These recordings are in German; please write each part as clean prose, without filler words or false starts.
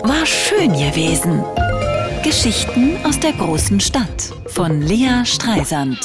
War schön gewesen. Geschichten aus der großen Stadt von Lea Streisand.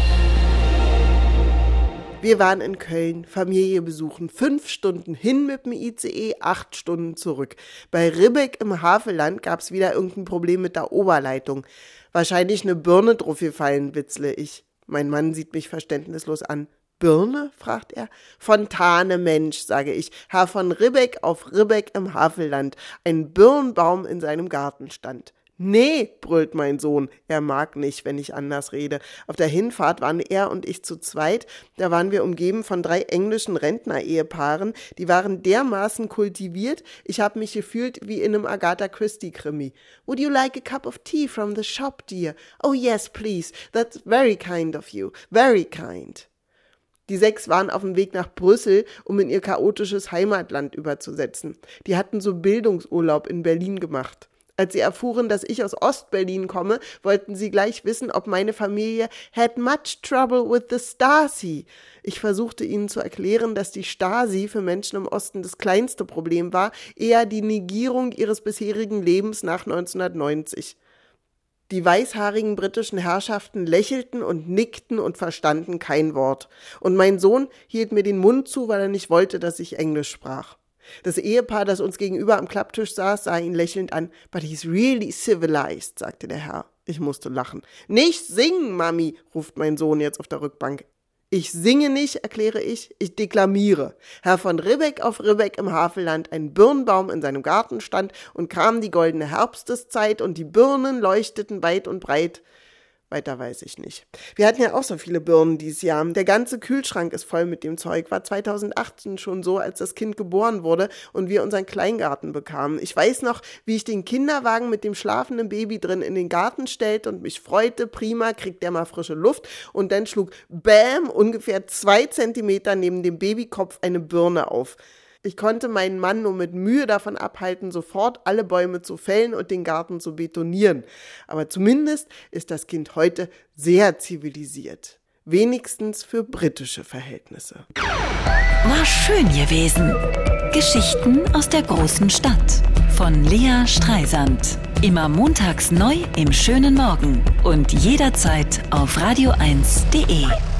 Wir waren in Köln, Familie besuchen, 5 Stunden hin mit dem ICE, 8 Stunden zurück. Bei Ribbeck im Havelland gab es wieder irgendein Problem mit der Oberleitung. Wahrscheinlich eine Birne drauf gefallen, witzle ich. Mein Mann sieht mich verständnislos an. Birne? Fragt er. Fontane, Mensch, sage ich. Herr von Ribbeck auf Ribbeck im Havelland. Ein Birnbaum in seinem Garten stand. Nee, brüllt mein Sohn. Er mag nicht, wenn ich anders rede. Auf der Hinfahrt waren er und ich zu zweit. Da waren wir umgeben von 3 englischen Rentner-Ehepaaren. Die waren dermaßen kultiviert. Ich habe mich gefühlt wie in einem Agatha Christie-Krimi. Would you like a cup of tea from the shop, dear? Oh yes, please. That's very kind of you. Very kind. Die 6 waren auf dem Weg nach Brüssel, um in ihr chaotisches Heimatland überzusetzen. Die hatten so Bildungsurlaub in Berlin gemacht. Als sie erfuhren, dass ich aus Ostberlin komme, wollten sie gleich wissen, ob meine Familie had much trouble with the Stasi. Ich versuchte ihnen zu erklären, dass die Stasi für Menschen im Osten das kleinste Problem war, eher die Negierung ihres bisherigen Lebens nach 1990. Die weißhaarigen britischen Herrschaften lächelten und nickten und verstanden kein Wort. Und mein Sohn hielt mir den Mund zu, weil er nicht wollte, dass ich Englisch sprach. Das Ehepaar, das uns gegenüber am Klapptisch saß, sah ihn lächelnd an. But he's really civilized, sagte der Herr. Ich musste lachen. Nicht singen, Mami, ruft mein Sohn jetzt auf der Rückbank. Ich singe nicht, erkläre ich deklamiere. Herr von Ribbeck auf Ribbeck im Havelland, ein Birnbaum in seinem Garten stand und kam die goldene Herbsteszeit und die Birnen leuchteten weit und breit. Weiter weiß ich nicht. Wir hatten ja auch so viele Birnen dieses Jahr. Der ganze Kühlschrank ist voll mit dem Zeug. War 2018 schon so, als das Kind geboren wurde und wir unseren Kleingarten bekamen. Ich weiß noch, wie ich den Kinderwagen mit dem schlafenden Baby drin in den Garten stellte und mich freute, prima, kriegt der mal frische Luft. Und dann schlug Bäm ungefähr 2 Zentimeter neben dem Babykopf eine Birne auf. Ich konnte meinen Mann nur mit Mühe davon abhalten, sofort alle Bäume zu fällen und den Garten zu betonieren. Aber zumindest ist das Kind heute sehr zivilisiert. Wenigstens für britische Verhältnisse. War schön gewesen. Geschichten aus der großen Stadt von Lea Streisand. Immer montags neu im schönen Morgen und jederzeit auf radio1.de.